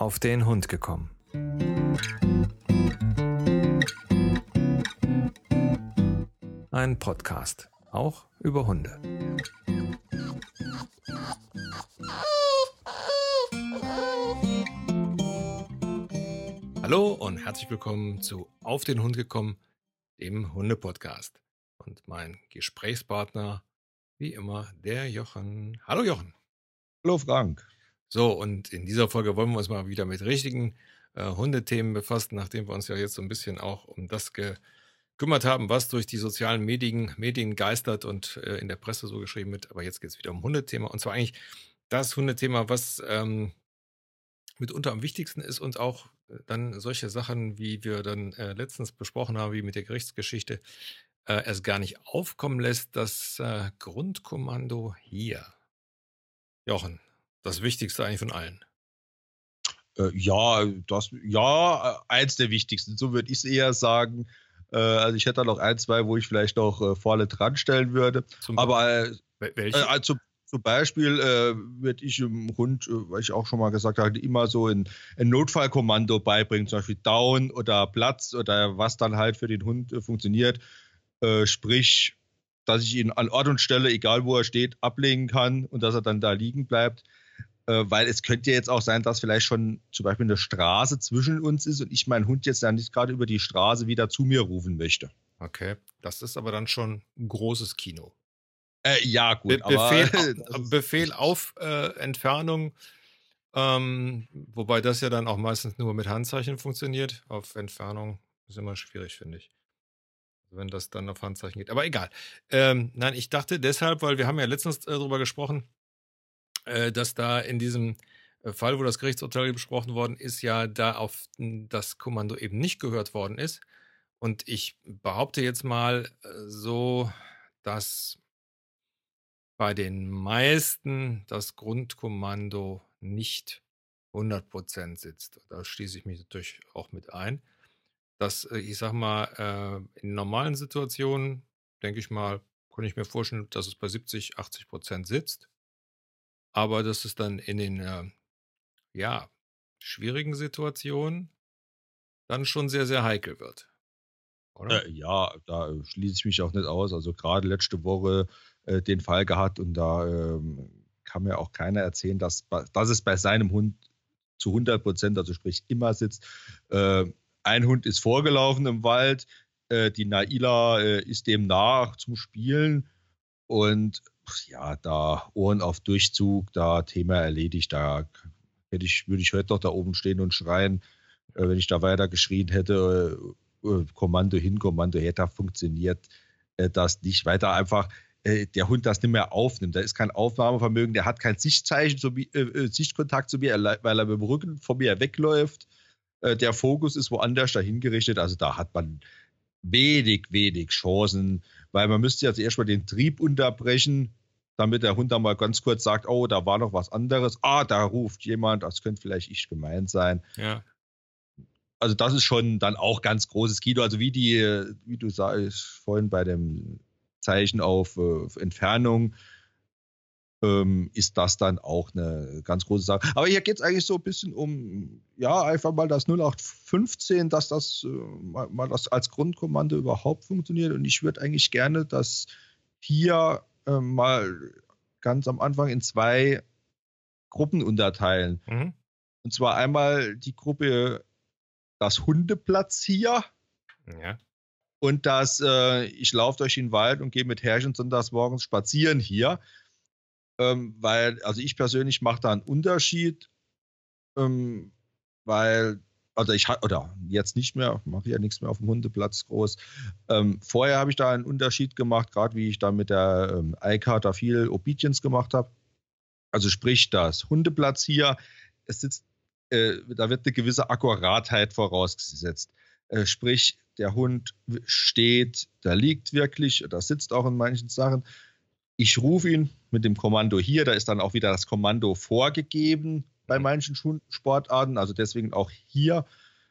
auf den Hund gekommen. Ein Podcast, auch über Hunde. Hallo und herzlich willkommen zu Auf den Hund gekommen, dem Hunde-Podcast. Und mein Gesprächspartner, wie immer, der Jochen. Hallo Jochen. Hallo Frank. So, und in dieser Folge wollen wir uns mal wieder mit richtigen Hundethemen befassen, nachdem wir uns ja jetzt so ein bisschen auch um das gekümmert haben, was durch die sozialen Medien geistert und in der Presse so geschrieben wird. Aber jetzt geht es wieder um Hundethema. Und zwar eigentlich das Hundethema, was mitunter am wichtigsten ist und auch dann solche Sachen, wie wir dann letztens besprochen haben, wie mit der Gerichtsgeschichte, es gar nicht aufkommen lässt, das Grundkommando hier. Jochen, das Wichtigste eigentlich von allen. Eins der wichtigsten, so würde ich es eher sagen. Also ich hätte da noch ein, zwei, wo ich vielleicht noch vorne dran stellen würde. Welche? Zum Beispiel würde ich im Hund, weil ich auch schon mal gesagt habe, immer so ein Notfallkommando beibringen, zum Beispiel Down oder Platz oder was dann halt für den Hund funktioniert. Sprich, dass ich ihn an Ort und Stelle, egal wo er steht, ablegen kann und dass er dann da liegen bleibt. Weil es könnte jetzt auch sein, dass vielleicht schon zum Beispiel eine Straße zwischen uns ist und ich meinen Hund jetzt dann nicht gerade über die Straße wieder zu mir rufen möchte. Okay, das ist aber dann schon ein großes Kino. Ja, gut. Befehl auf Entfernung, wobei das ja dann auch meistens nur mit Handzeichen funktioniert. Auf Entfernung ist immer schwierig, finde ich. Wenn das dann auf Handzeichen geht. Aber egal. Nein, ich dachte deshalb, weil wir haben ja letztens darüber gesprochen, dass da in diesem Fall, wo das Gerichtsurteil besprochen worden ist, ja da auf das Kommando eben nicht gehört worden ist. Und ich behaupte jetzt mal so, dass bei den meisten das Grundkommando nicht 100% sitzt. Da schließe ich mich natürlich auch mit ein. Dass, ich sag mal, in normalen Situationen, denke ich mal, kann ich mir vorstellen, dass es bei 70-80% sitzt. Aber dass es dann in den schwierigen Situationen dann schon sehr, sehr heikel wird. Oder? Da schließe ich mich auch nicht aus. Also gerade letzte Woche den Fall gehabt und da kann mir auch keiner erzählen, dass es bei seinem Hund zu 100%, also sprich immer sitzt. Ein Hund ist vorgelaufen im Wald, die Naila ist dem nach zum Spielen und da Ohren auf Durchzug, da Thema erledigt, da würde ich heute noch da oben stehen und schreien, wenn ich da weiter geschrien hätte, Kommando hin, Kommando her, da funktioniert das nicht, weil da einfach der Hund das nicht mehr aufnimmt. Da ist kein Aufnahmevermögen, der hat kein Sichtzeichen, Sichtkontakt zu mir, weil er mit dem Rücken von mir wegläuft. Der Fokus ist woanders dahin gerichtet. Also da hat man wenig Chancen, weil man müsste ja zuerst mal den Trieb unterbrechen, damit der Hund dann mal ganz kurz sagt, oh, da war noch was anderes. Da ruft jemand, das könnte vielleicht ich gemeint sein. Ja. Also das ist schon dann auch ganz großes Kino. Also wie du sagst vorhin bei dem Zeichen auf Entfernung, ist das dann auch eine ganz große Sache. Aber hier geht es eigentlich so ein bisschen um, einfach mal das 0815, dass das mal das als Grundkommando überhaupt funktioniert. Und ich würde eigentlich gerne das hier mal ganz am Anfang in 2 Gruppen unterteilen. Mhm. Und zwar einmal die Gruppe das Hundeplatz hier. Ja. Und das ich laufe durch den Wald und gehe mit Herrchen sonntags morgens spazieren hier. Weil, also ich persönlich mache da einen Unterschied, weil, jetzt nicht mehr, mache ja nichts mehr auf dem Hundeplatz groß. Vorher habe ich da einen Unterschied gemacht, gerade wie ich da mit der iCard da viel Obedience gemacht habe. Also sprich, das Hundeplatz hier, da wird eine gewisse Akkuratheit vorausgesetzt. Sprich, der Hund steht, der liegt wirklich, da sitzt auch in manchen Sachen. Ich rufe ihn mit dem Kommando hier, da ist dann auch wieder das Kommando vorgegeben bei manchen Sportarten, also deswegen auch hier.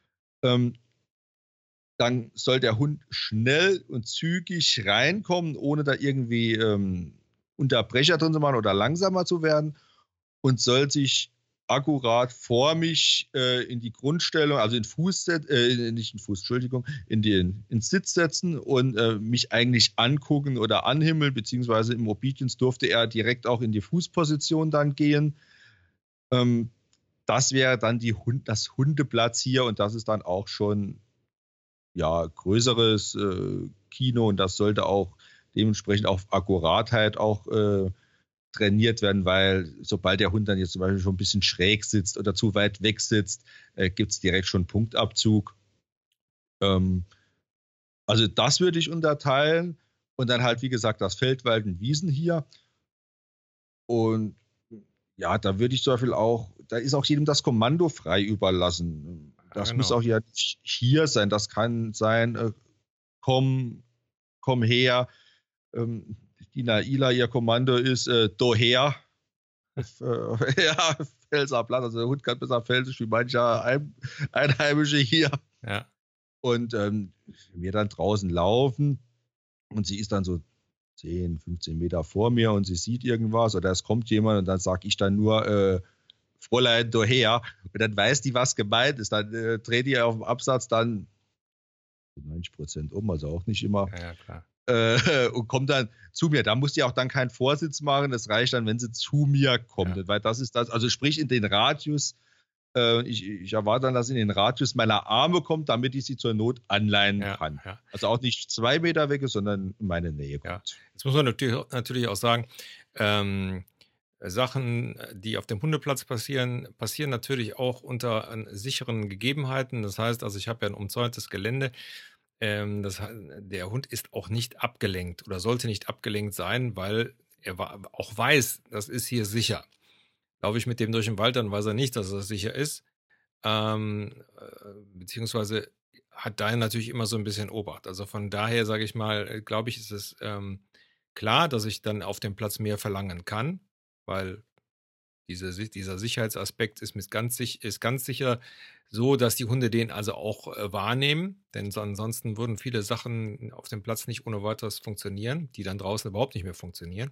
Dann soll der Hund schnell und zügig reinkommen, ohne da irgendwie Unterbrecher drin zu machen oder langsamer zu werden und soll sich akkurat vor mich in die Grundstellung, also nicht in Fuß, Entschuldigung, ins Sitz setzen und mich eigentlich angucken oder anhimmeln, beziehungsweise im Obedience durfte er direkt auch in die Fußposition dann gehen. Das wäre dann das Hundeplatz hier und das ist dann auch schon ja größeres Kino und das sollte auch dementsprechend auf Akkuratheit auch trainiert werden, weil sobald der Hund dann jetzt zum Beispiel schon ein bisschen schräg sitzt oder zu weit weg sitzt, gibt es direkt schon Punktabzug. Also das würde ich unterteilen und dann halt, wie gesagt, das Feld, Wald und Wiesen hier. Und ja, da würde ich zum Beispiel auch, da ist auch jedem das Kommando frei überlassen. Das muss auch ja nicht hier sein. Das kann sein, komm her. Die Naila, ihr Kommando ist doher. Ja, Pfälzer also der Hund kann besser Pfälzisch wie mancher Einheimische hier. Ja. Und wir dann draußen laufen und sie ist dann so 10, 15 Meter vor mir und sie sieht irgendwas oder es kommt jemand und dann sage ich dann nur Fräulein doher und dann weiß die, was gemeint ist. Dann dreht die auf dem Absatz dann 90% um, also auch nicht immer. Ja, klar. Und kommt dann zu mir. Da muss die auch dann keinen Vorsitz machen. Das reicht dann, wenn sie zu mir kommt. Ja. Weil das ist das, also sprich in den Radius, ich erwarte dann, dass in den Radius meiner Arme kommt, damit ich sie zur Not anleihen kann. Ja. Also auch nicht 2 Meter weg ist, sondern in meine Nähe kommt. Ja. Jetzt muss man natürlich auch sagen, Sachen, die auf dem Hundeplatz passieren natürlich auch unter sicheren Gegebenheiten. Das heißt, also ich habe ja ein umzäuntes Gelände. Der Hund ist auch nicht abgelenkt oder sollte nicht abgelenkt sein, weil er auch weiß, das ist hier sicher. Laufe ich mit dem durch den Wald, dann weiß er nicht, dass das sicher ist. Beziehungsweise hat daher natürlich immer so ein bisschen Obacht. Also von daher, sage ich mal, glaube ich, ist es klar, dass ich dann auf dem Platz mehr verlangen kann, weil dieser Sicherheitsaspekt ist ganz sicher so, dass die Hunde den also auch wahrnehmen, denn ansonsten würden viele Sachen auf dem Platz nicht ohne weiteres funktionieren, die dann draußen überhaupt nicht mehr funktionieren.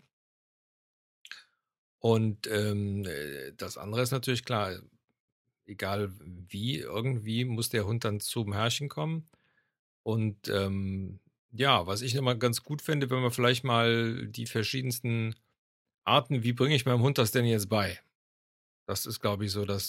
Und das andere ist natürlich klar, egal wie, irgendwie muss der Hund dann zum Herrchen kommen. Und ja, was ich immer ganz gut finde, wenn man vielleicht mal die verschiedensten Arten, wie bringe ich meinem Hund das denn jetzt bei? Das ist, glaube ich,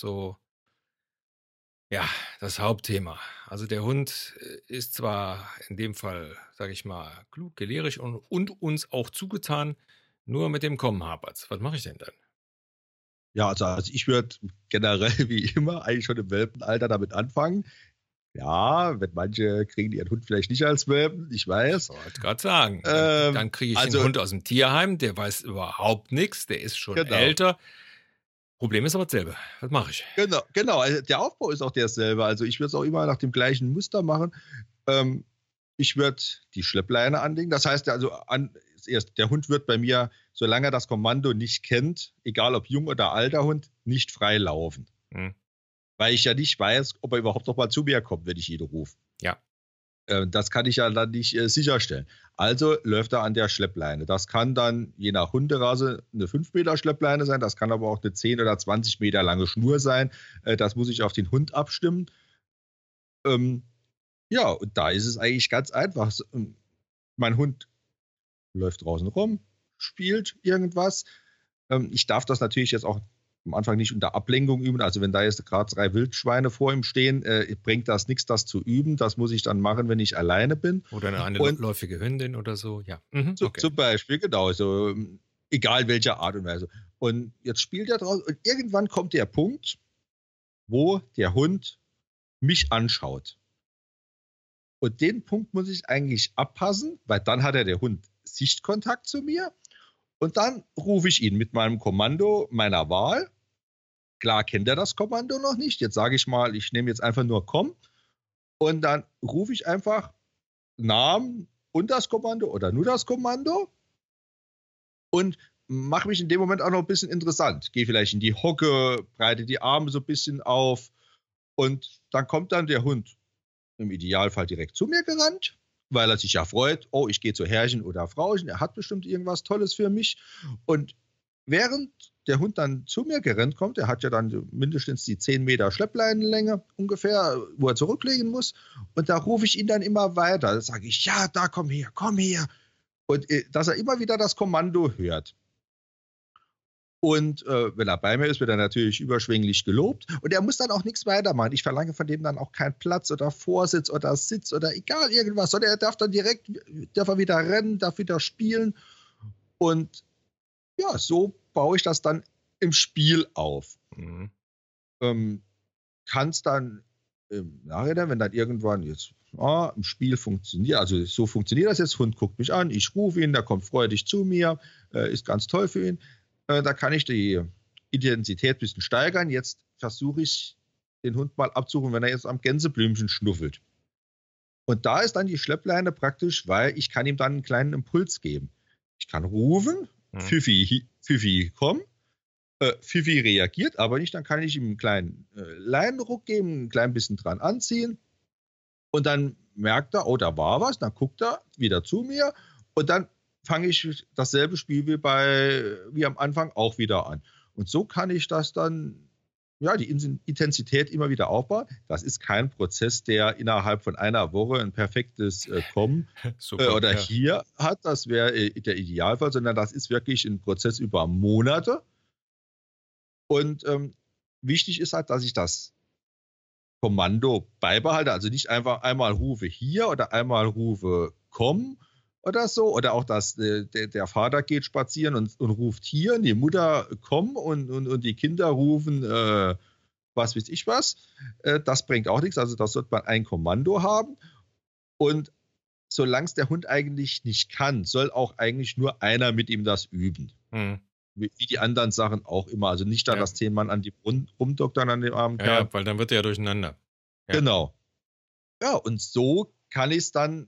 das Hauptthema. Also der Hund ist zwar in dem Fall, sage ich mal, klug, gelehrig und uns auch zugetan, nur mit dem Kommen hapert's. Was mache ich denn dann? Ja, also ich würde generell wie immer eigentlich schon im Welpenalter damit anfangen. Ja, wenn manche kriegen ihren Hund vielleicht nicht als Welpen, ich weiß. Ich wollte gerade sagen, dann kriege ich den Hund aus dem Tierheim, der weiß überhaupt nichts, der ist schon älter. Problem ist aber dasselbe. Was mache ich? Genau. Also der Aufbau ist auch derselbe. Also ich würde es auch immer nach dem gleichen Muster machen. Ich würde die Schleppleine anlegen. Das heißt, also der Hund wird bei mir, solange er das Kommando nicht kennt, egal ob jung oder alter Hund, nicht frei laufen. Weil ich ja nicht weiß, ob er überhaupt noch mal zu mir kommt, wenn ich ihn rufe. Ja. Das kann ich ja dann nicht sicherstellen. Also läuft er an der Schleppleine. Das kann dann je nach Hunderasse eine 5 Meter Schleppleine sein, das kann aber auch eine 10 oder 20 Meter lange Schnur sein. Das muss ich auf den Hund abstimmen. Ja, und da ist es eigentlich ganz einfach. Mein Hund läuft draußen rum, spielt irgendwas. Ich darf das natürlich jetzt auch am Anfang nicht unter Ablenkung üben. Also wenn da jetzt gerade 3 Wildschweine vor ihm stehen, bringt das nichts, das zu üben. Das muss ich dann machen, wenn ich alleine bin. Oder eine läufige Hündin oder so, ja. Okay. Zum Beispiel, genau. So, egal welcher Art und Weise. Und jetzt spielt er draußen und irgendwann kommt der Punkt, wo der Hund mich anschaut. Und den Punkt muss ich eigentlich abpassen, weil dann hat der Hund Sichtkontakt zu mir. Und dann rufe ich ihn mit meinem Kommando meiner Wahl. Klar kennt er das Kommando noch nicht. Jetzt sage ich mal, ich nehme jetzt einfach nur komm. Und dann rufe ich einfach Namen und das Kommando oder nur das Kommando. Und mache mich in dem Moment auch noch ein bisschen interessant. Gehe vielleicht in die Hocke, breite die Arme so ein bisschen auf. Und dann kommt dann der Hund im Idealfall direkt zu mir gerannt, weil er sich ja freut, oh, ich gehe zu Herrchen oder Frauchen, er hat bestimmt irgendwas Tolles für mich. Und während der Hund dann zu mir gerannt kommt, der hat ja dann mindestens die 10 Meter Schleppleinenlänge ungefähr, wo er zurücklegen muss. Und da rufe ich ihn dann immer weiter. Da sage ich, ja, da komm her, komm her. Und dass er immer wieder das Kommando hört. Und wenn er bei mir ist, wird er natürlich überschwänglich gelobt. Und er muss dann auch nichts weitermachen. Ich verlange von dem dann auch keinen Platz oder Vorsitz oder Sitz oder egal irgendwas, sondern er darf dann direkt, darf er wieder rennen, darf wieder spielen. Und ja, so baue ich das dann im Spiel auf. Mhm. Kann es dann im Nachhinein, wenn dann irgendwann jetzt im Spiel funktioniert, also so funktioniert das jetzt, Hund guckt mich an, ich rufe ihn, der kommt freudig zu mir, ist ganz toll für ihn. Da kann ich die Intensität ein bisschen steigern. Jetzt versuche ich, den Hund mal abzurufen, wenn er jetzt am Gänseblümchen schnuffelt. Und da ist dann die Schleppleine praktisch, weil ich kann ihm dann einen kleinen Impuls geben. Ich kann rufen, Pfiffi, Pfiffi, komm. Pfiffi reagiert aber nicht, dann kann ich ihm einen kleinen Leinenruck geben, ein klein bisschen dran anziehen. Und dann merkt er, oh, da war was, dann guckt er wieder zu mir und dann fange ich dasselbe Spiel wie am Anfang auch wieder an. Und so kann ich das dann, ja, die Intensität immer wieder aufbauen. Das ist kein Prozess, der innerhalb von einer Woche ein perfektes Kommen oder hier hat. Das wäre der Idealfall, sondern das ist wirklich ein Prozess über Monate. Und wichtig ist halt, dass ich das Kommando beibehalte, also nicht einfach einmal rufe hier oder einmal rufe komm oder so, oder auch, dass der Vater geht spazieren und ruft hier, die Mutter komm und die Kinder rufen was weiß ich was. Das bringt auch nichts, also da sollte man ein Kommando haben und solange es der Hund eigentlich nicht kann, soll auch eigentlich nur einer mit ihm das üben. Wie die anderen Sachen auch immer. Also nicht dann das 10 Mann an die rumdoktern an dem armen Kerl. Ja, weil dann wird er ja durcheinander. Ja. Genau. Ja, und so kann ich es dann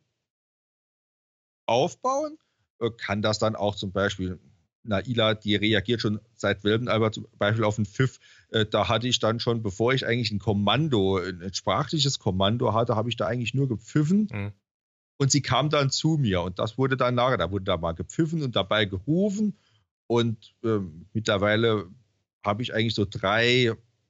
aufbauen. Kann das dann auch zum Beispiel, Naila, die reagiert schon seit Welpenalter zum Beispiel auf einen Pfiff. Da hatte ich dann schon, bevor ich eigentlich ein Kommando, ein sprachliches Kommando hatte, habe ich da eigentlich nur gepfiffen. Und sie kam dann zu mir. Und das wurde dann nachher, da wurde da mal gepfiffen und dabei gerufen. Und mittlerweile habe ich eigentlich so drei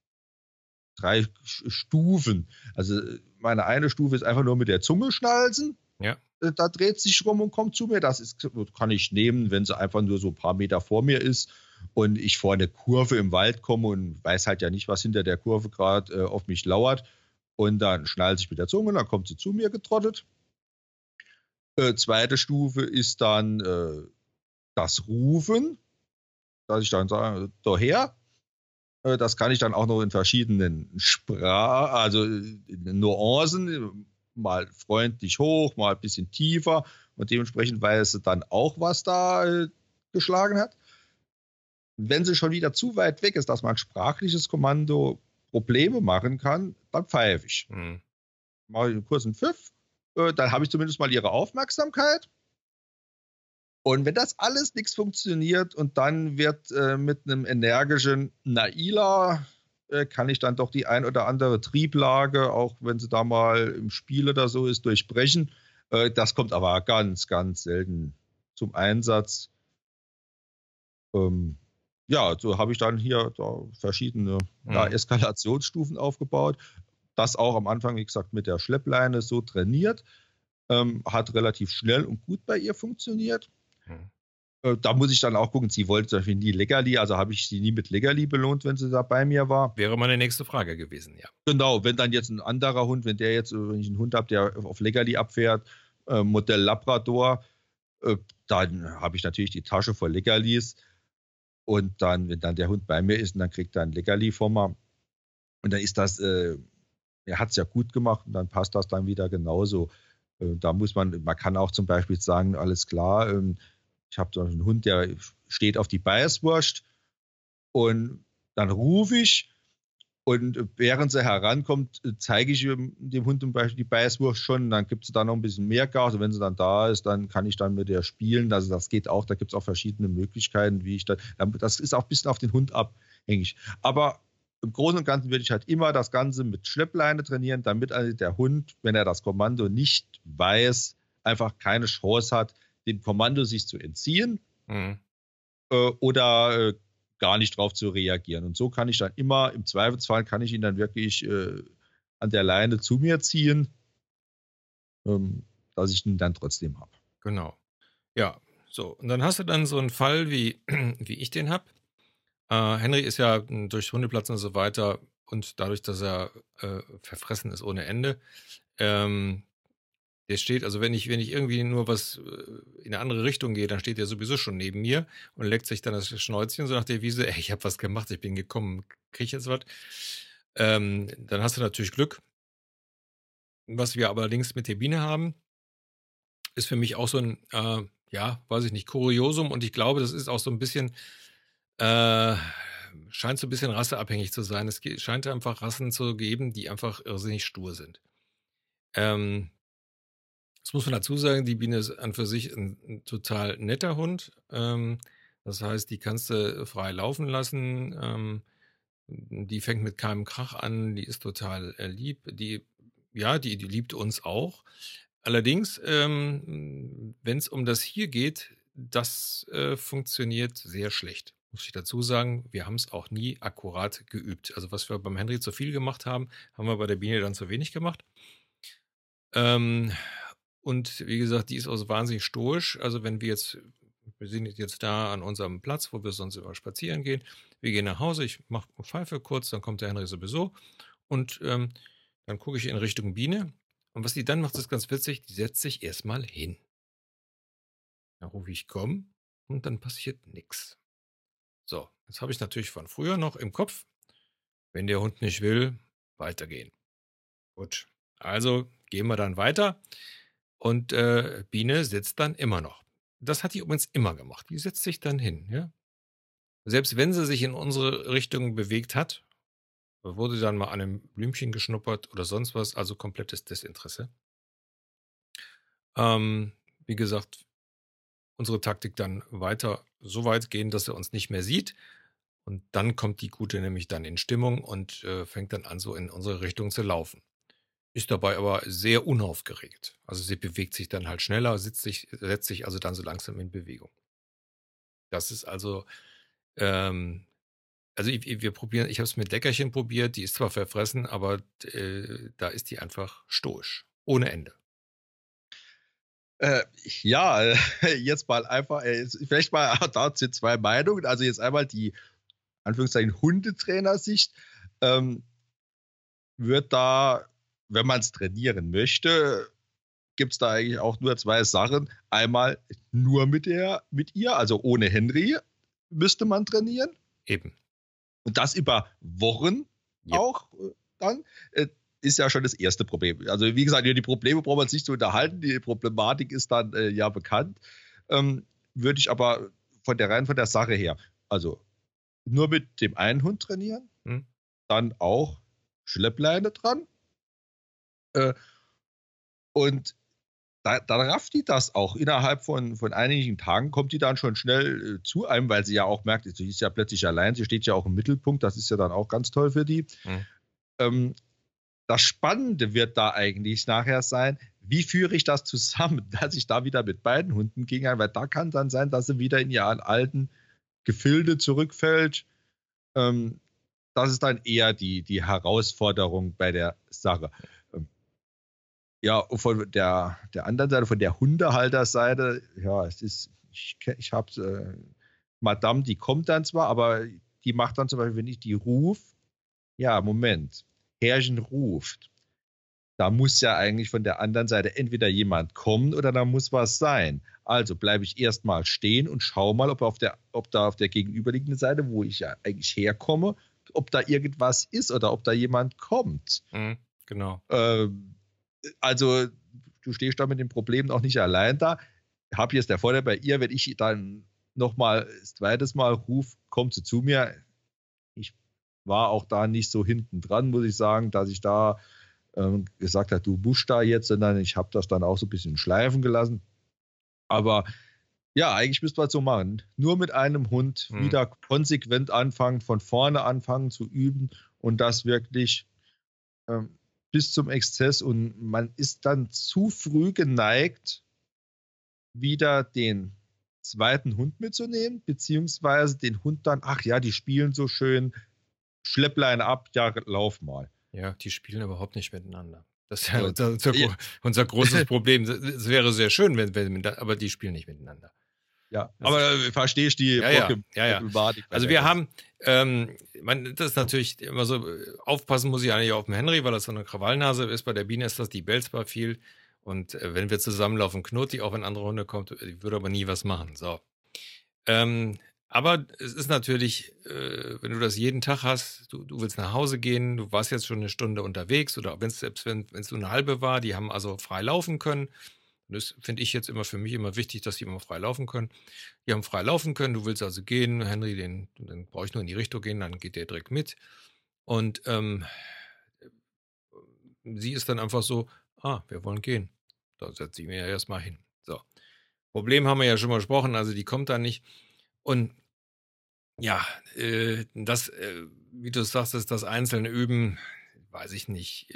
Stufen. Also meine eine Stufe ist einfach nur mit der Zunge schnalzen. Ja. Da dreht sich rum und kommt zu mir. Das kann ich nehmen, wenn sie einfach nur so ein paar Meter vor mir ist und ich vor eine Kurve im Wald komme und weiß halt ja nicht, was hinter der Kurve gerade auf mich lauert. Und dann schnalze ich mit der Zunge, dann kommt sie zu mir getrottet. Zweite Stufe ist dann das Rufen, dass ich dann sage, daher. Das kann ich dann auch noch in verschiedenen also in Nuancen, mal freundlich hoch, mal ein bisschen tiefer und dementsprechend weiß sie dann auch, was da geschlagen hat. Wenn sie schon wieder zu weit weg ist, dass man sprachliches Kommando Probleme machen kann, dann pfeife ich. Mache ich einen kurzen Pfiff, dann habe ich zumindest mal ihre Aufmerksamkeit. Und wenn das alles nichts funktioniert und dann wird mit einem energischen Naila kann ich dann doch die ein oder andere Trieblage, auch wenn sie da mal im Spiel oder so ist, durchbrechen. Das kommt aber ganz, ganz selten zum Einsatz. Ja, so habe ich dann hier verschiedene Eskalationsstufen aufgebaut. Das auch am Anfang, wie gesagt, mit der Schleppleine so trainiert. Hat relativ schnell und gut bei ihr funktioniert. Da muss ich dann auch gucken, sie wollte zum Beispiel nie Leckerli, also habe ich sie nie mit Leckerli belohnt, wenn sie da bei mir war. Wäre meine nächste Frage gewesen, ja. Genau, wenn dann jetzt ein anderer Hund, wenn ich einen Hund habe, der auf Leckerli abfährt, Modell Labrador, dann habe ich natürlich die Tasche voll Leckerlis und dann, wenn dann der Hund bei mir ist, und dann kriegt er ein Leckerli von mir und dann ist das, er hat es ja gut gemacht und dann passt das dann wieder genauso. Da muss man kann auch zum Beispiel sagen, alles klar, ich habe einen Hund, der steht auf die Beißwurst und dann rufe ich und während sie herankommt, zeige ich dem Hund zum Beispiel die Beißwurst schon, dann gibt es da noch ein bisschen mehr Gas und wenn sie dann da ist, dann kann ich dann mit der spielen, also das geht auch, da gibt es auch verschiedene Möglichkeiten, wie ich das ist auch ein bisschen auf den Hund abhängig, aber im Großen und Ganzen würde ich halt immer das Ganze mit Schleppleine trainieren, damit also der Hund, wenn er das Kommando nicht weiß, einfach keine Chance hat, dem Kommando sich zu entziehen. oder gar nicht drauf zu reagieren. Und so kann ich dann immer, im Zweifelsfall kann ich ihn dann wirklich an der Leine zu mir ziehen, ähm, dass ich ihn dann trotzdem habe. Genau. Ja, so. Und dann hast du dann so einen Fall, wie, wie ich den habe. Henry ist ja durch Hundeplatz und so weiter und dadurch, dass er verfressen ist ohne Ende, der steht, also wenn ich irgendwie nur was in eine andere Richtung gehe, dann steht der sowieso schon neben mir und leckt sich dann das Schnäuzchen so nach der Wiese, ey, ich habe was gemacht, ich bin gekommen, krieg ich jetzt was? Dann hast du natürlich Glück. Was wir allerdings mit der Biene haben, ist für mich auch so ein, ja, weiß ich nicht, Kuriosum und ich glaube, das ist auch so ein bisschen, äh, scheint so ein bisschen rasseabhängig zu sein. Es scheint einfach Rassen zu geben, die einfach irrsinnig stur sind. Ähm, Das muss man dazu sagen, die Biene ist an für sich ein total netter Hund. Das heißt, die kannst du frei laufen lassen. Die fängt mit keinem Krach an, die ist total lieb. Die liebt uns auch. Allerdings, wenn es um das hier geht, das funktioniert sehr schlecht. Muss ich dazu sagen, wir haben es auch nie akkurat geübt. Also was wir beim Henry zu viel gemacht haben, haben wir bei der Biene dann zu wenig gemacht. Ähm, und wie gesagt, die ist auch so wahnsinnig stoisch. Also wir sind jetzt da an unserem Platz, wo wir sonst immer spazieren gehen. Wir gehen nach Hause, ich mache Pfeife kurz, dann kommt der Henry sowieso. Und dann gucke ich in Richtung Biene. Und was die dann macht, ist ganz witzig, die setzt sich erstmal hin. Dann rufe ich komm und dann passiert nichts. So, jetzt habe ich natürlich von früher noch im Kopf, wenn der Hund nicht will, weitergehen. Gut, also gehen wir dann weiter. Und Biene sitzt dann immer noch. Das hat die übrigens immer gemacht. Die setzt sich dann hin. Ja? Selbst wenn sie sich in unsere Richtung bewegt hat, wurde dann mal an einem Blümchen geschnuppert oder sonst was, also komplettes Desinteresse. Wie gesagt, unsere Taktik dann weiter so weit gehen, dass er uns nicht mehr sieht. Und dann kommt die Gute nämlich dann in Stimmung und fängt dann an, so in unsere Richtung zu laufen. Ist dabei aber sehr unaufgeregt. Also sie bewegt sich dann halt schneller, setzt sich also dann so langsam in Bewegung. Das ist ähm, wir probieren, ich habe es mit Leckerchen probiert, die ist zwar verfressen, aber da ist die einfach stoisch. Ohne Ende. Ja, jetzt mal einfach, vielleicht mal dazu zwei Meinungen. Also jetzt einmal die, Anführungszeichen, Hundetrainersicht. Wird da, wenn man es trainieren möchte, gibt es da eigentlich auch nur zwei Sachen. Einmal nur mit ihr, also ohne Henry, müsste man trainieren. Eben. Und das über Wochen auch dann. Ist ja schon das erste Problem. Also wie gesagt, über die Probleme braucht man sich zu unterhalten. Die Problematik ist dann ja bekannt. Würde ich aber von der Sache her, also nur mit dem einen Hund trainieren, dann auch Schleppleine dran. Und dann rafft die das auch. Innerhalb von einigen Tagen kommt die dann schon schnell zu einem, weil sie ja auch merkt, sie ist ja plötzlich allein, sie steht ja auch im Mittelpunkt, das ist ja dann auch ganz toll für die. Das Spannende wird da eigentlich nachher sein, wie führe ich das zusammen, dass ich da wieder mit beiden Hunden gehe, weil da kann dann sein, dass sie wieder in ihren alten Gefilde zurückfällt. Das ist dann eher die Herausforderung bei der Sache. Ja, von der anderen Seite, von der Hundehalterseite, ja, ich habe Madame, die kommt dann zwar, aber die macht dann zum Beispiel, wenn ich die rufe, ja, Moment, Herrchen ruft, da muss ja eigentlich von der anderen Seite entweder jemand kommen oder da muss was sein. Also bleibe ich erstmal stehen und schaue mal, ob da auf der gegenüberliegenden Seite, wo ich ja eigentlich herkomme, ob da irgendwas ist oder ob da jemand kommt. Genau. Also du stehst da mit dem Problem auch nicht allein da. Hab jetzt der Vorteil bei ihr, wenn ich dann nochmal das zweites Mal rufe, kommt sie zu mir. Ich war auch da nicht so hinten dran, muss ich sagen, dass ich da gesagt habe, du musst da jetzt, sondern ich habe das dann auch so ein bisschen schleifen gelassen. Aber ja, eigentlich müsste man es so machen. Nur mit einem Hund wieder konsequent anfangen, von vorne anfangen zu üben und das wirklich bis zum Exzess. Und man ist dann zu früh geneigt, wieder den zweiten Hund mitzunehmen, beziehungsweise den Hund dann, ach ja, die spielen so schön, Schlepplein ab, ja, lauf mal. Ja, die spielen überhaupt nicht miteinander. Das ist ja unser großes Problem. Es wäre sehr schön, aber die spielen nicht miteinander. Ja, aber verstehe ich die Problematik. Also wir haben, das ist natürlich immer so, aufpassen muss ich eigentlich auf dem Henry, weil das so eine Krawallnase ist. Bei der Biene ist das, die bellt zwar viel. Und wenn wir zusammenlaufen, knurrt die auch, wenn andere Hunde kommen, die würde aber nie was machen. So. Aber es ist natürlich, wenn du das jeden Tag hast, du willst nach Hause gehen, du warst jetzt schon eine Stunde unterwegs oder selbst wenn es nur eine halbe war, die haben also frei laufen können. Und das finde ich jetzt für mich immer wichtig, dass die immer frei laufen können. Die haben frei laufen können, du willst also gehen, Henry, dann brauche ich nur in die Richtung gehen, dann geht der direkt mit. Und sie ist dann einfach so, wir wollen gehen. Da setze ich mir ja erstmal hin. So. Problem haben wir ja schon mal besprochen, also die kommt da nicht. Und ja, das, wie du sagst, ist das einzelne Üben, weiß ich nicht.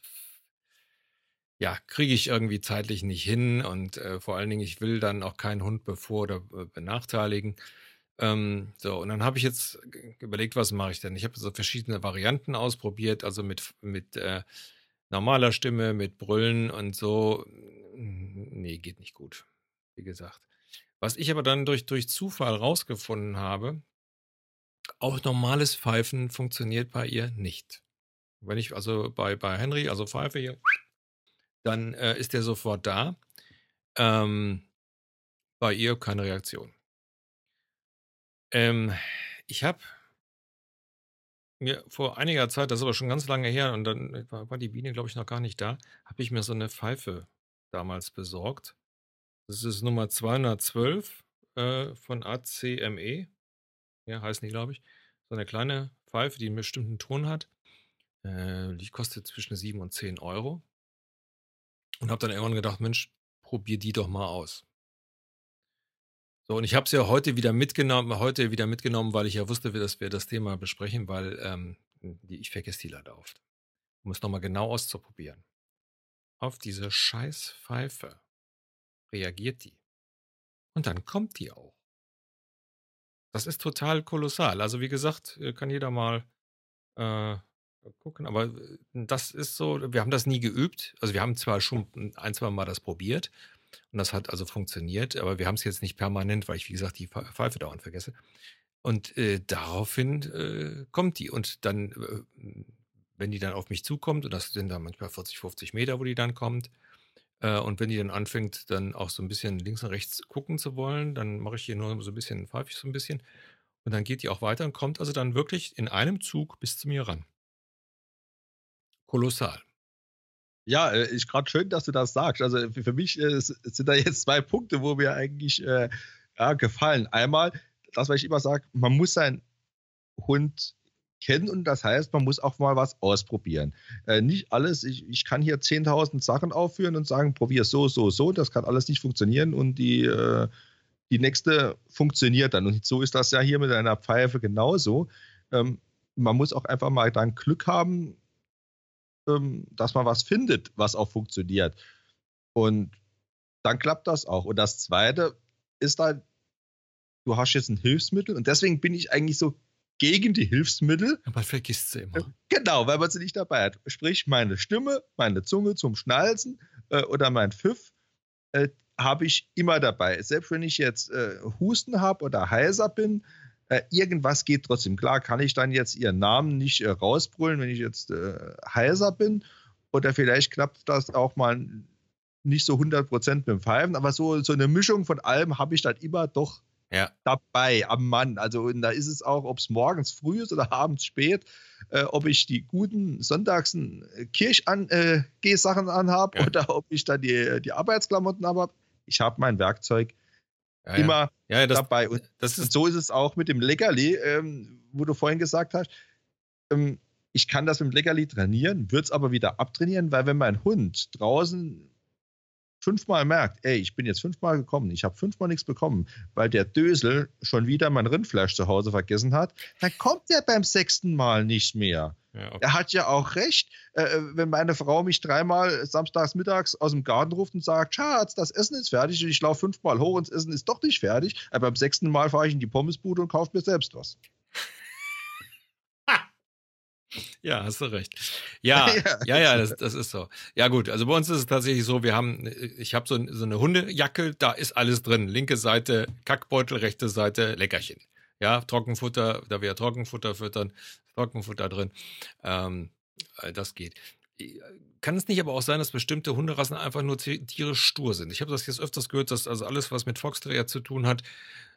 Ja, kriege ich irgendwie zeitlich nicht hin und vor allen Dingen, ich will dann auch keinen Hund oder benachteiligen. So, und dann habe ich jetzt überlegt, was mache ich denn? Ich habe so verschiedene Varianten ausprobiert, also mit normaler Stimme, mit Brüllen und so. Nee, geht nicht gut, wie gesagt. Was ich aber dann durch Zufall rausgefunden habe, auch normales Pfeifen funktioniert bei ihr nicht. Wenn ich also bei Henry, also pfeife hier, dann ist der sofort da. Bei ihr keine Reaktion. Ich habe mir vor einiger Zeit, das ist aber schon ganz lange her, und dann war die Biene, glaube ich, noch gar nicht da, habe ich mir so eine Pfeife damals besorgt. Das ist Nummer 212 von ACME. Ja, heißen die, glaube ich. So eine kleine Pfeife, die einen bestimmten Ton hat. Die kostet zwischen 7 und 10 Euro. Und habe dann irgendwann gedacht, Mensch, probier die doch mal aus. So, und ich habe es ja heute wieder mitgenommen, weil ich ja wusste, dass wir das Thema besprechen, weil ich vergesse die leider oft. Um es nochmal genau auszuprobieren. Auf diese scheiß Pfeife reagiert die. Und dann kommt die auch. Das ist total kolossal. Also wie gesagt, kann jeder mal gucken. Aber das ist so, wir haben das nie geübt. Also wir haben zwar schon ein, zwei Mal das probiert und das hat also funktioniert, aber wir haben es jetzt nicht permanent, weil ich, wie gesagt, die Pfeife dauernd vergesse. Und daraufhin kommt die. Und dann, wenn die dann auf mich zukommt, und das sind dann manchmal 40, 50 Meter, wo die dann kommt, und wenn die dann anfängt, dann auch so ein bisschen links und rechts gucken zu wollen, dann mache ich hier nur so ein bisschen, pfeife ich so ein bisschen. Und dann geht die auch weiter und kommt also dann wirklich in einem Zug bis zu mir ran. Kolossal. Ja, ist gerade schön, dass du das sagst. Also für mich sind da jetzt 2 Punkte, wo mir eigentlich gefallen. Einmal, das, was ich immer sage, man muss seinen Hund kennen und das heißt, man muss auch mal was ausprobieren. Nicht alles, ich kann hier 10.000 Sachen aufführen und sagen, probier so, das kann alles nicht funktionieren und die nächste funktioniert dann. Und so ist das ja hier mit einer Pfeife genauso. Man muss auch einfach mal dann Glück haben, dass man was findet, was auch funktioniert. Und dann klappt das auch. Und das Zweite ist dann, du hast jetzt ein Hilfsmittel und deswegen bin ich eigentlich so gegen die Hilfsmittel. Aber vergisst sie immer. Genau, weil man sie nicht dabei hat. Sprich, meine Stimme, meine Zunge zum Schnalzen oder mein Pfiff habe ich immer dabei. Selbst wenn ich jetzt Husten habe oder heiser bin, irgendwas geht trotzdem. Klar kann ich dann jetzt ihren Namen nicht rausbrüllen, wenn ich jetzt heiser bin. Oder vielleicht klappt das auch mal nicht so 100% mit dem Pfeifen. Aber so eine Mischung von allem habe ich dann immer doch dabei am Mann. Also und da ist es auch, ob es morgens früh ist oder abends spät, ob ich die guten sonntags Kirchgehsachen anhabe oder ob ich dann die Arbeitsklamotten habe. Ich habe mein Werkzeug immer dabei. Und so ist es auch mit dem Leckerli, wo du vorhin gesagt hast, ich kann das mit dem Leckerli trainieren, würde es aber wieder abtrainieren, weil wenn mein Hund draußen 5-mal merkt, ey, ich bin jetzt 5-mal gekommen, ich habe 5-mal nichts bekommen, weil der Dösel schon wieder mein Rindfleisch zu Hause vergessen hat, dann kommt der beim 6. Mal nicht mehr. Ja, okay. Er hat ja auch recht, wenn meine Frau mich dreimal samstags mittags aus dem Garten ruft und sagt, Schatz, das Essen ist fertig und ich laufe 5-mal hoch und das Essen ist doch nicht fertig. Aber beim 6. Mal fahre ich in die Pommesbude und kaufe mir selbst was. Ja, hast du recht. Ja, Ja, ja, das ist so. Ja gut, also bei uns ist es tatsächlich so, ich habe so eine Hundejacke, da ist alles drin. Linke Seite Kackbeutel, rechte Seite Leckerchen. Ja, Trockenfutter, da wir Trockenfutter füttern, Trockenfutter drin. Ähm, Das geht. Kann es nicht aber auch sein, dass bestimmte Hunderassen einfach nur tierisch stur sind? Ich habe das jetzt öfters gehört, dass also alles, was mit Fox Terrier zu tun hat,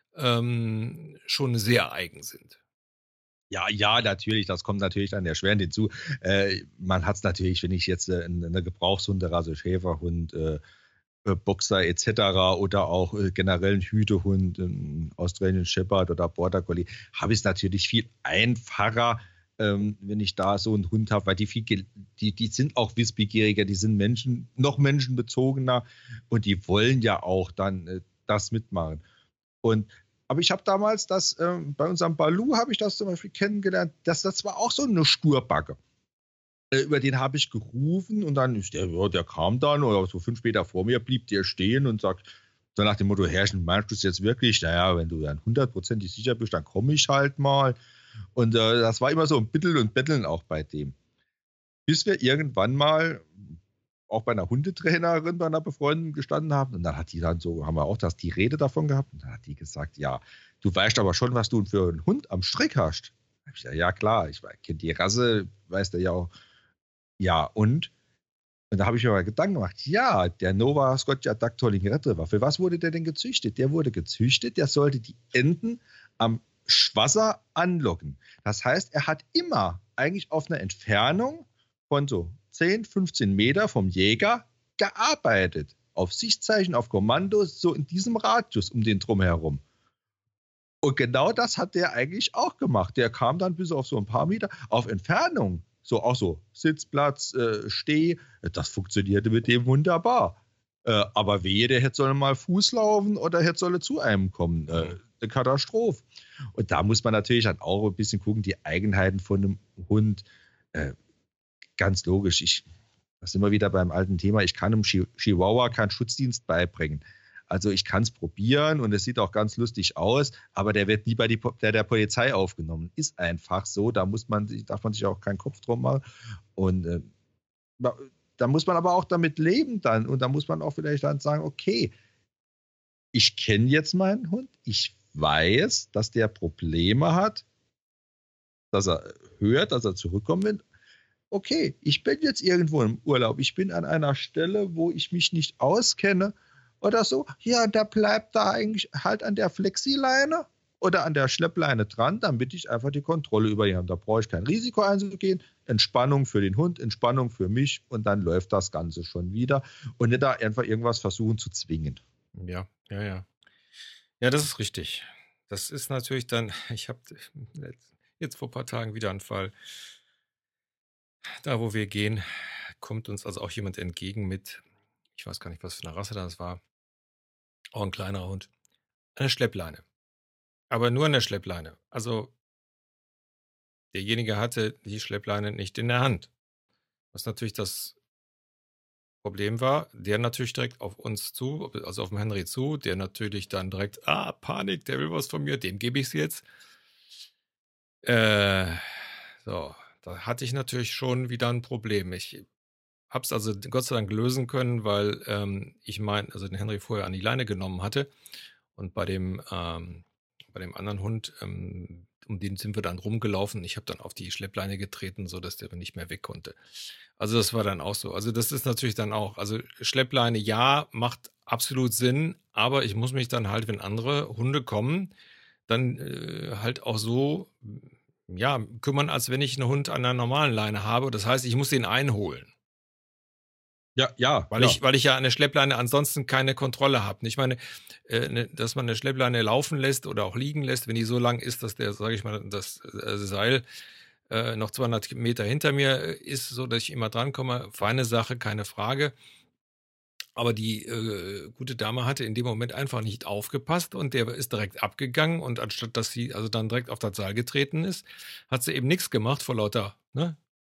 schon sehr eigen sind. ja, ja, natürlich, das kommt natürlich dann erschwerend hinzu. Man hat es natürlich, wenn ich jetzt eine Gebrauchshunderasse, Schäferhund, Boxer etc. oder auch generell einen Hütehund, einen Australian Shepherd oder Border Collie, habe ich es natürlich viel einfacher, wenn ich da so einen Hund habe, weil die sind auch wissbegieriger, die sind noch menschenbezogener und die wollen ja auch dann das mitmachen. Aber ich habe damals bei unserem Balu habe ich das zum Beispiel kennengelernt, das war auch so eine Sturbacke. Über den habe ich gerufen und dann ist der kam dann oder so 5 Meter vor mir, blieb der stehen und sagt, so nach dem Motto, Herrchen, meinst du es jetzt wirklich? Naja, wenn du dann 100% sicher bist, dann komme ich halt mal. Und das war immer so ein Bitteln und Betteln auch bei dem. Bis wir irgendwann mal auch bei einer Hundetrainerin, bei einer Befreundeten gestanden haben. Und dann hat die dann so, haben wir auch die Rede davon gehabt. Und dann hat die gesagt, ja, du weißt aber schon, was du für einen Hund am Strick hast. Da hab ich gesagt, ja klar, ich kenne die Rasse, weißt du ja auch. Ja, und da habe ich mir mal Gedanken gemacht, ja, der Nova Scotia Duck-Tolling Retriever, für was wurde der denn gezüchtet? Der wurde gezüchtet, der sollte die Enten am Schwasser anlocken. Das heißt, er hat immer eigentlich auf einer Entfernung von so 10, 15 Meter vom Jäger gearbeitet. Auf Sichtzeichen, auf Kommandos, so in diesem Radius um den drumherum. Und genau das hat der eigentlich auch gemacht. Der kam dann bis auf so ein paar Meter auf Entfernung. So auch so Sitzplatz, Steh. Das funktionierte mit dem wunderbar. Aber wehe, der hätte sollen mal Fuß laufen oder hätte sollen zu einem kommen. Eine Katastrophe. Und da muss man natürlich dann auch ein bisschen gucken, die Eigenheiten von einem Hund. Ganz logisch. Das sind wir wieder beim alten Thema. Ich kann einem Chihuahua keinen Schutzdienst beibringen. Also ich kann es probieren und es sieht auch ganz lustig aus, aber der wird nie bei der Polizei aufgenommen. Ist einfach so, darf man sich auch keinen Kopf drum machen. Und da muss man aber auch damit leben dann. Und da muss man auch vielleicht dann sagen, okay, ich kenne jetzt meinen Hund, ich weiß, dass der Probleme hat, dass er hört, dass er zurückkommen will. Okay, ich bin jetzt irgendwo im Urlaub, ich bin an einer Stelle, wo ich mich nicht auskenne oder so, ja, da bleibt da eigentlich halt an der Flexileine oder an der Schleppleine dran, damit ich einfach die Kontrolle über ihn habe. Da brauche ich kein Risiko einzugehen, Entspannung für den Hund, Entspannung für mich und dann läuft das Ganze schon wieder und nicht da einfach irgendwas versuchen zu zwingen. Ja, ja, ja. Ja, das ist richtig. Das ist natürlich dann, ich habe jetzt vor ein paar Tagen wieder einen Fall. Da, wo wir gehen, kommt uns also auch jemand entgegen mit, ich weiß gar nicht, was für eine Rasse das war, auch ein kleinerer Hund, eine Schleppleine. Aber nur eine Schleppleine. Also derjenige hatte die Schleppleine nicht in der Hand. Was natürlich das Problem war, der natürlich direkt auf uns zu, also auf den Henry zu, der natürlich dann direkt, Panik, der will was von mir, dem gebe ich es jetzt. So, da hatte ich natürlich schon wieder ein Problem. Ich habe es also Gott sei Dank lösen können, weil also den Henry vorher an die Leine genommen hatte und bei dem anderen Hund, um den sind wir dann rumgelaufen. Ich habe dann auf die Schleppleine getreten, sodass der nicht mehr weg konnte. Also das war dann auch so. Also das ist natürlich dann auch, also Schleppleine, ja, macht absolut Sinn, aber ich muss mich dann halt, wenn andere Hunde kommen, dann halt auch so, ja, kümmern, als wenn ich einen Hund an einer normalen Leine habe. Das heißt, ich muss den einholen. Ja, ja, Weil ich ja an der Schleppleine ansonsten keine Kontrolle habe. Ich meine, dass man eine Schleppleine laufen lässt oder auch liegen lässt, wenn die so lang ist, dass sage ich mal, das Seil noch 200 Meter hinter mir ist, so dass ich immer drankomme. Feine Sache, keine Frage. Aber die gute Dame hatte in dem Moment einfach nicht aufgepasst und der ist direkt abgegangen und anstatt, dass sie also dann direkt auf das Seil getreten ist, hat sie eben nichts gemacht vor lauter, ne?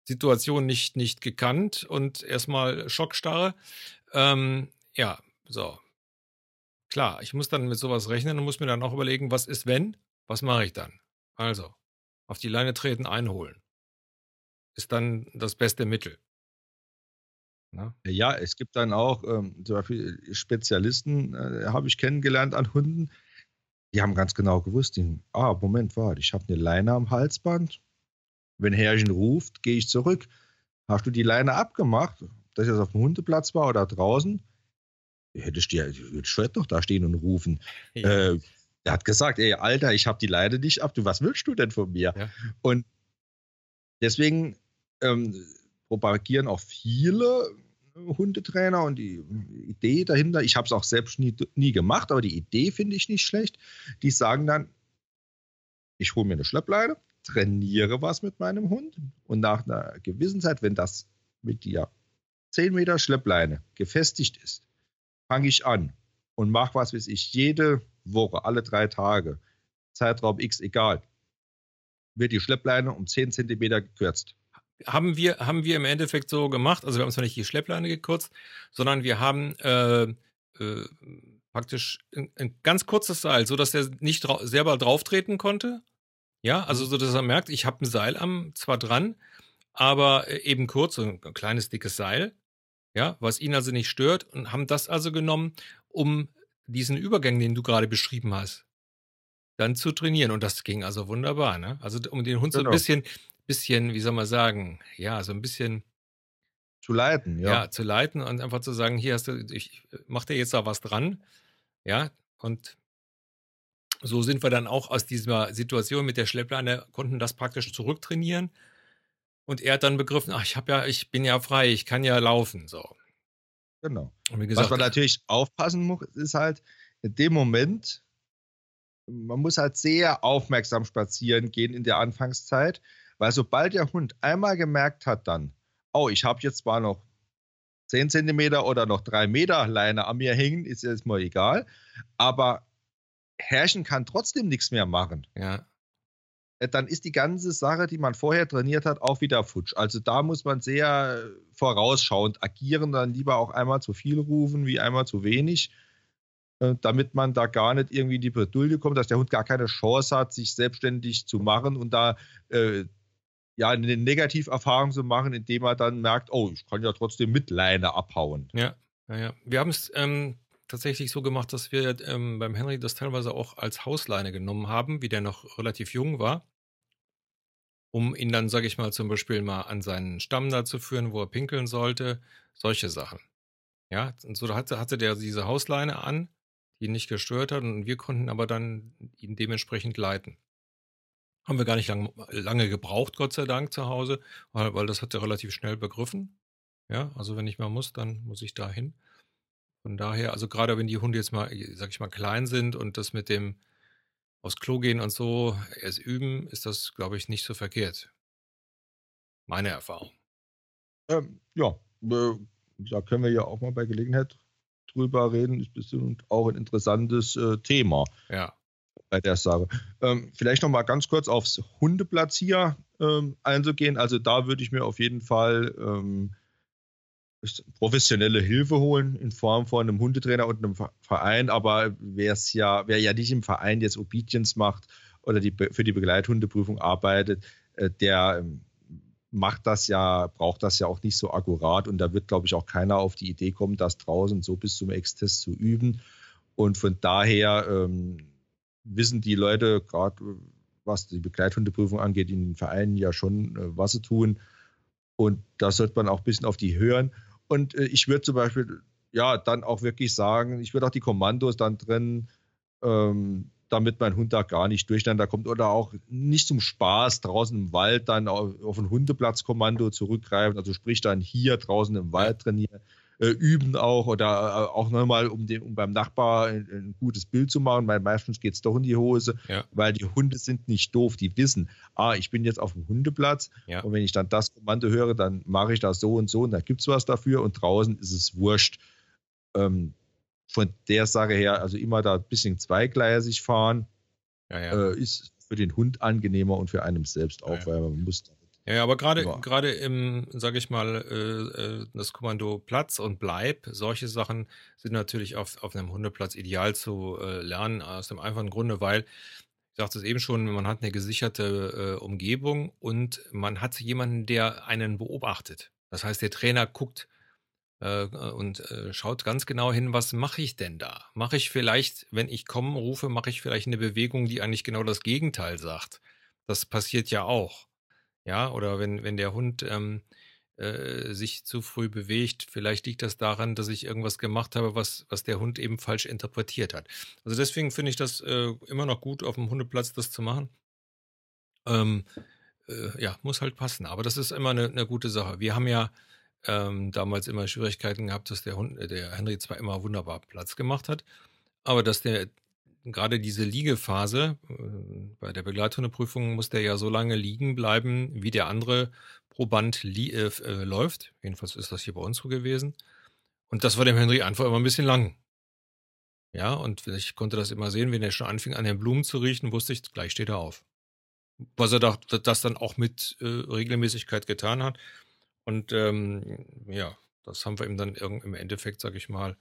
Situation nicht gekannt und erstmal Schockstarre. Ja, so. Klar, ich muss dann mit sowas rechnen und muss mir dann auch überlegen, was ist wenn? Was mache ich dann? Also, auf die Leine treten, einholen. Ist dann das beste Mittel. Ne? Ja, es gibt dann auch zum Beispiel Spezialisten, habe ich kennengelernt an Hunden, die haben ganz genau gewusst, Moment, warte, ich habe eine Leine am Halsband. Wenn Herrchen ruft, gehe ich zurück. Hast du die Leine abgemacht, ob das jetzt auf dem Hundeplatz war oder draußen? Hätte ich dir, ich würde doch da stehen und rufen. Ja. Er hat gesagt, ey, Alter, ich habe die Leine nicht ab. Was willst du denn von mir? Ja. Und deswegen propagieren auch viele Hundetrainer und die Idee dahinter, ich habe es auch selbst nie gemacht, aber die Idee finde ich nicht schlecht. Die sagen dann, ich hole mir eine Schleppleine, trainiere was mit meinem Hund und nach einer gewissen Zeit, wenn das mit dir 10 Meter Schleppleine gefestigt ist, fange ich an und mache was weiß ich, jede Woche, alle 3 Tage, Zeitraum X, egal, wird die Schleppleine um 10 Zentimeter gekürzt. Haben wir im Endeffekt so gemacht, also wir haben zwar nicht die Schleppleine gekürzt, sondern wir haben praktisch ein ganz kurzes Seil, so dass er nicht selber drauftreten konnte. Ja, also so, dass er merkt, ich habe ein Seil zwar dran, aber eben kurz, so ein kleines, dickes Seil, ja, was ihn also nicht stört, und haben das also genommen, um diesen Übergang, den du gerade beschrieben hast, dann zu trainieren. Und das ging also wunderbar, ne? Also um den Hund so ein Genau. bisschen, wie soll man sagen, ja, so ein bisschen Zu leiten, ja. zu leiten und einfach zu sagen, hier hast du, ich mach dir jetzt da was dran, ja, und so sind wir dann auch aus dieser Situation mit der Schleppleine, konnten das praktisch zurücktrainieren. Und er hat dann begriffen, ach, ich bin ja frei, ich kann ja laufen, so. Genau. Und wie Was gesagt, man natürlich aufpassen muss, ist halt in dem Moment, man muss halt sehr aufmerksam spazieren gehen in der Anfangszeit, weil sobald der Hund einmal gemerkt hat dann, oh, ich habe jetzt zwar noch 10 Zentimeter oder noch 3 Meter Leine an mir hängen, ist jetzt mal egal, aber Herrchen kann trotzdem nichts mehr machen. ja, Dann ist die ganze Sache, die man vorher trainiert hat, auch wieder futsch. Also da muss man sehr vorausschauend agieren, dann lieber auch einmal zu viel rufen, wie einmal zu wenig, damit man da gar nicht irgendwie in die Bredouille kommt, dass der Hund gar keine Chance hat, sich selbstständig zu machen und da ja eine Negativerfahrung zu machen, indem er dann merkt, oh, ich kann ja trotzdem mit Leine abhauen. ja, ja. Wir haben es tatsächlich so gemacht, dass wir beim Henry das teilweise auch als Hausleine genommen haben, wie der noch relativ jung war, um ihn dann, sage ich mal, zum Beispiel mal an seinen Stamm da zu führen, wo er pinkeln sollte, solche Sachen. Ja, und so hatte der diese Hausleine an, die ihn nicht gestört hat, und wir konnten aber dann ihn dementsprechend leiten. Haben wir gar nicht lange gebraucht, Gott sei Dank, zu Hause, weil das hat er relativ schnell begriffen. Ja, also wenn ich mal muss, dann muss ich da hin. Von daher, also gerade wenn die Hunde jetzt mal, sag ich mal, klein sind und das mit dem aufs Klo gehen und so erst üben, ist das, glaube ich, nicht so verkehrt. Meine Erfahrung. Ja, da können wir ja auch mal bei Gelegenheit drüber reden. Ist bestimmt auch ein interessantes Thema Ja. bei der Sache. Vielleicht noch mal ganz kurz aufs Hundeplatz hier einzugehen. Also da würde ich mir auf jeden Fall professionelle Hilfe holen in Form von einem Hundetrainer und einem Verein. Aber wer ja nicht im Verein jetzt Obedience macht oder für die Begleithundeprüfung arbeitet, der braucht das ja auch nicht so akkurat, und da wird, glaube ich, auch keiner auf die Idee kommen, das draußen so bis zum Ex-Test zu üben. Und von daher wissen die Leute, gerade was die Begleithundeprüfung angeht, in den Vereinen ja schon, was sie tun. Und da sollte man auch ein bisschen auf die hören. Und ich würde zum Beispiel ja dann auch wirklich sagen, ich würde auch die Kommandos dann trennen, damit mein Hund da gar nicht durcheinander kommt oder auch nicht zum Spaß draußen im Wald dann auf ein Hundeplatzkommando zurückgreifen, also sprich dann hier draußen im Wald trainieren, üben auch oder auch nochmal, um beim Nachbar ein gutes Bild zu machen, weil meistens geht es doch in die Hose, weil die Hunde sind nicht doof, die wissen, ich bin jetzt auf dem Hundeplatz und wenn ich dann das Kommando höre, dann mache ich das so und da gibt es was dafür und draußen ist es wurscht. Von der Sache her, also immer da ein bisschen zweigleisig fahren, ist für den Hund angenehmer und für einen selbst auch, weil man muss Ja, aber gerade Ja. gerade im, sage ich mal, das Kommando Platz und Bleib, solche Sachen sind natürlich auf einem Hundeplatz ideal zu lernen, aus dem einfachen Grunde, weil, ich sagte es eben schon, man hat eine gesicherte Umgebung und man hat jemanden, der einen beobachtet. Das heißt, der Trainer guckt und schaut ganz genau hin, was mache ich denn da? Mache ich vielleicht, wenn ich kommen rufe, mache ich vielleicht eine Bewegung, die eigentlich genau das Gegenteil sagt? Das passiert ja auch. Ja, oder wenn der Hund sich zu früh bewegt, vielleicht liegt das daran, dass ich irgendwas gemacht habe, was der Hund eben falsch interpretiert hat. Also deswegen finde ich das immer noch gut, auf dem Hundeplatz das zu machen. Ähm, ja, muss halt passen. Aber das ist immer eine gute Sache. Wir haben ja damals immer Schwierigkeiten gehabt, dass der Henry zwar immer wunderbar Platz gemacht hat, aber dass der gerade diese Liegephase, bei der Begleithundeprüfung muss der ja so lange liegen bleiben, wie der andere Proband läuft. Jedenfalls ist das hier bei uns so gewesen. Und das war dem Henry einfach immer ein bisschen lang. Ja, und ich konnte das immer sehen, wenn er schon anfing, an den Blumen zu riechen, wusste ich, gleich steht er auf. Was er das dann auch mit Regelmäßigkeit getan hat. Und ja, das haben wir ihm dann im Endeffekt, sag ich mal,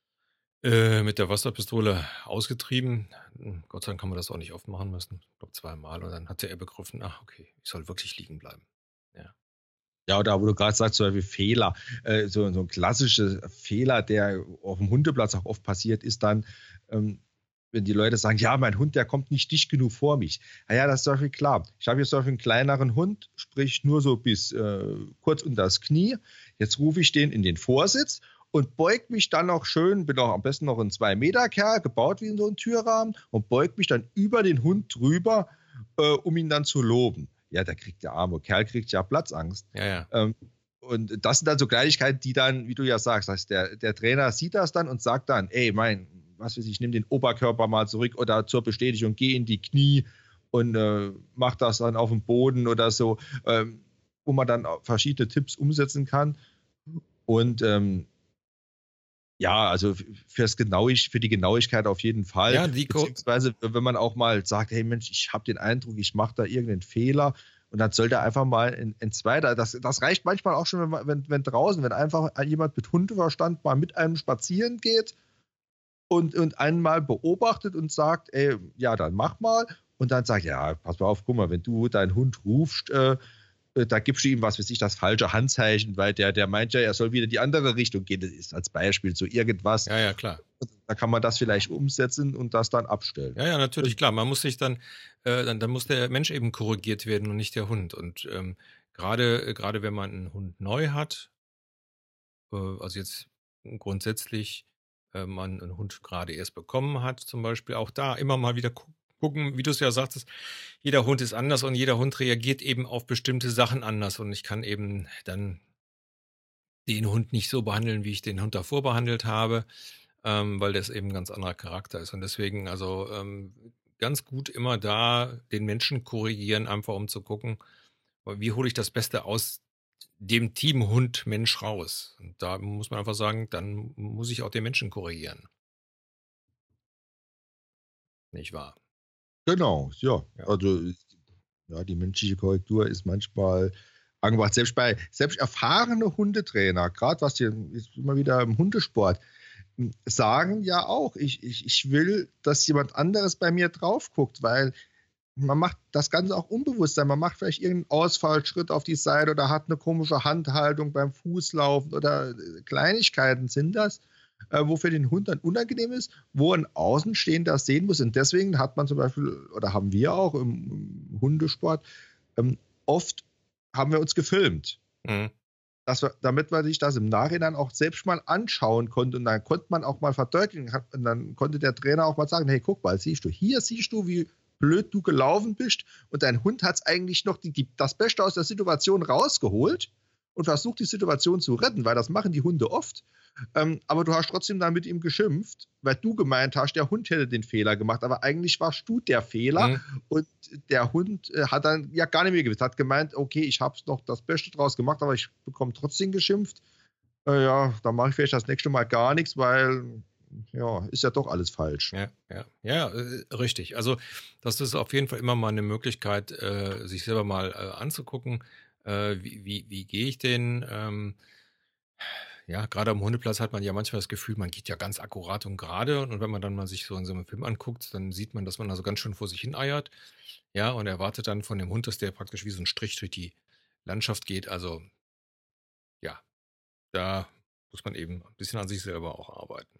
mit der Wasserpistole ausgetrieben. Gott sei Dank haben wir das auch nicht oft machen müssen. Ich glaube zweimal. Und dann hatte er begriffen, ach okay, ich soll wirklich liegen bleiben. Ja. Ja, oder wo du gerade sagst, zum Beispiel Fehler, so ein klassischer Fehler, der auf dem Hundeplatz auch oft passiert, ist dann, wenn die Leute sagen, ja, mein Hund, der kommt nicht dicht genug vor mich. Ja, das ist doch viel klar. Ich habe jetzt zum Beispiel einen kleineren Hund, sprich nur so bis kurz unter das Knie. Jetzt rufe ich den in den Vorsitz und beug mich dann noch schön, bin auch am besten noch ein 2-Meter-Kerl, gebaut wie in so einem Türrahmen, und beug mich dann über den Hund drüber, um ihn dann zu loben. Ja, der arme Kerl kriegt ja Platzangst. Ja, ja. Und das sind dann so Kleinigkeiten, die dann, wie du ja sagst, heißt der Trainer sieht das dann und sagt dann, ey, was weiß ich, nimm den Oberkörper mal zurück oder zur Bestätigung, geh in die Knie und mach das dann auf dem Boden oder so, wo man dann verschiedene Tipps umsetzen kann. Und ja, also für die Genauigkeit auf jeden Fall. Ja, Beziehungsweise, wenn man auch mal sagt, hey Mensch, ich habe den Eindruck, ich mache da irgendeinen Fehler, und dann sollte einfach mal in zweiter, das reicht manchmal auch schon, wenn draußen, wenn einfach jemand mit Hundeverstand mal mit einem spazieren geht und einen mal beobachtet und sagt, ey, ja, dann mach mal. Und dann sagt, ja, pass mal auf, guck mal, wenn du deinen Hund rufst, da gibst du ihm, was weiß ich, das falsche Handzeichen, weil der meint ja, er soll wieder die andere Richtung gehen. Das ist als Beispiel so irgendwas. Ja, ja, klar. Da kann man das vielleicht umsetzen und das dann abstellen. Ja, ja, natürlich, klar. Man muss sich dann muss der Mensch eben korrigiert werden und nicht der Hund. Und gerade wenn man einen Hund neu hat, also jetzt grundsätzlich man einen Hund gerade erst bekommen hat, zum Beispiel, auch da immer mal wieder gucken, wie du es ja sagtest, jeder Hund ist anders und jeder Hund reagiert eben auf bestimmte Sachen anders. Und ich kann eben dann den Hund nicht so behandeln, wie ich den Hund davor behandelt habe, weil das eben ein ganz anderer Charakter ist. Und deswegen also ganz gut immer da den Menschen korrigieren, einfach um zu gucken, wie hole ich das Beste aus dem Team Hund-Mensch raus. Und da muss man einfach sagen, dann muss ich auch den Menschen korrigieren. Nicht wahr? Genau, ja. Ja. Also, ja, die menschliche Korrektur ist manchmal angebracht. Selbst erfahrene Hundetrainer, gerade was hier ist immer wieder im Hundesport, sagen ja auch, ich will, dass jemand anderes bei mir drauf guckt, weil man macht das Ganze auch unbewusst. Man macht vielleicht irgendeinen Ausfallschritt auf die Seite oder hat eine komische Handhaltung beim Fußlaufen oder Kleinigkeiten sind das, wo für den Hund dann unangenehm ist, wo ein Außenstehender sehen muss. Und deswegen hat man zum Beispiel, oder haben wir auch im Hundesport, oft haben wir uns gefilmt. Mhm. Damit man sich das im Nachhinein auch selbst mal anschauen konnte. Und dann konnte man auch mal verdeutlichen. Und dann konnte der Trainer auch mal sagen, hey, guck mal, siehst du, wie blöd du gelaufen bist. Und dein Hund hat es eigentlich noch das Beste aus der Situation rausgeholt und versucht, die Situation zu retten, weil das machen die Hunde oft. Aber du hast trotzdem dann mit ihm geschimpft, weil du gemeint hast, der Hund hätte den Fehler gemacht. Aber eigentlich warst du der Fehler. Mhm. Und der Hund hat dann ja gar nicht mehr gewusst. Hat gemeint, okay, ich habe noch das Beste draus gemacht, aber ich bekomme trotzdem geschimpft. Ja, dann mache ich vielleicht das nächste Mal gar nichts, weil ja, ist ja doch alles falsch. Ja, richtig. Also das ist auf jeden Fall immer mal eine Möglichkeit, sich selber mal anzugucken. wie gehe ich den? Ja, gerade am Hundeplatz hat man ja manchmal das Gefühl, man geht ja ganz akkurat und gerade. Und wenn man dann mal sich so in so einem Film anguckt, dann sieht man, dass man also ganz schön vor sich hin eiert. Ja, und erwartet dann von dem Hund, dass der praktisch wie so ein Strich durch die Landschaft geht. Also ja, da muss man eben ein bisschen an sich selber auch arbeiten.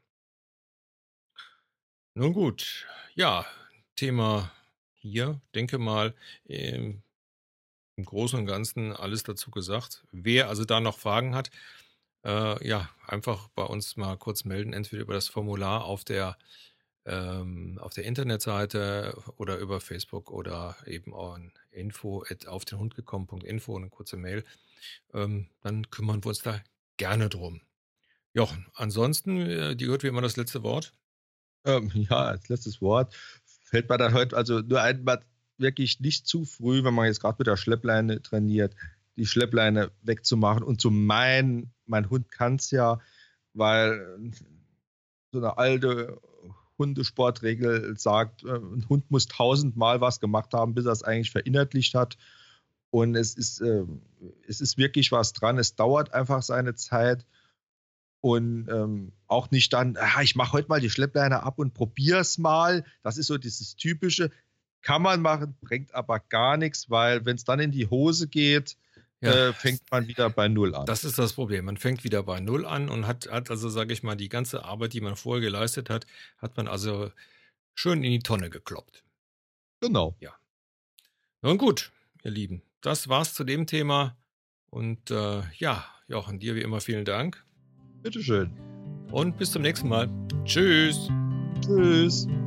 Nun gut, ja, Thema hier, denke mal, im Großen und Ganzen alles dazu gesagt. Wer also da noch Fragen hat, ja, einfach bei uns mal kurz melden, entweder über das Formular auf der Internetseite oder über Facebook oder eben an info@aufdenhundgekommen.info, eine kurze Mail. Dann kümmern wir uns da gerne drum. Jochen, ansonsten, dir gehört wie immer das letzte Wort. Ja, als letztes Wort fällt mir dann heute also nur einmal wirklich nicht zu früh, wenn man jetzt gerade mit der Schleppleine trainiert, die Schleppleine wegzumachen und zu meinen, mein Hund kann es ja, weil so eine alte Hundesportregel sagt, ein Hund muss 1000-mal was gemacht haben, bis er es eigentlich verinnerlicht hat. Und es ist wirklich was dran. Es dauert einfach seine Zeit. Und auch nicht dann, ich mache heute mal die Schleppleine ab und probiere es mal. Das ist so dieses Typische. Kann man machen, bringt aber gar nichts, weil wenn es dann in die Hose geht, Ja, fängt man wieder bei Null an. das ist das Problem. Man fängt wieder bei Null an und hat also, sage ich mal, die ganze Arbeit, die man vorher geleistet hat man also schön in die Tonne gekloppt. Genau. Ja. Nun gut, ihr Lieben, das war's zu dem Thema. Und ja, Jochen, dir wie immer vielen Dank. Bitteschön. Und bis zum nächsten Mal. Tschüss. Tschüss.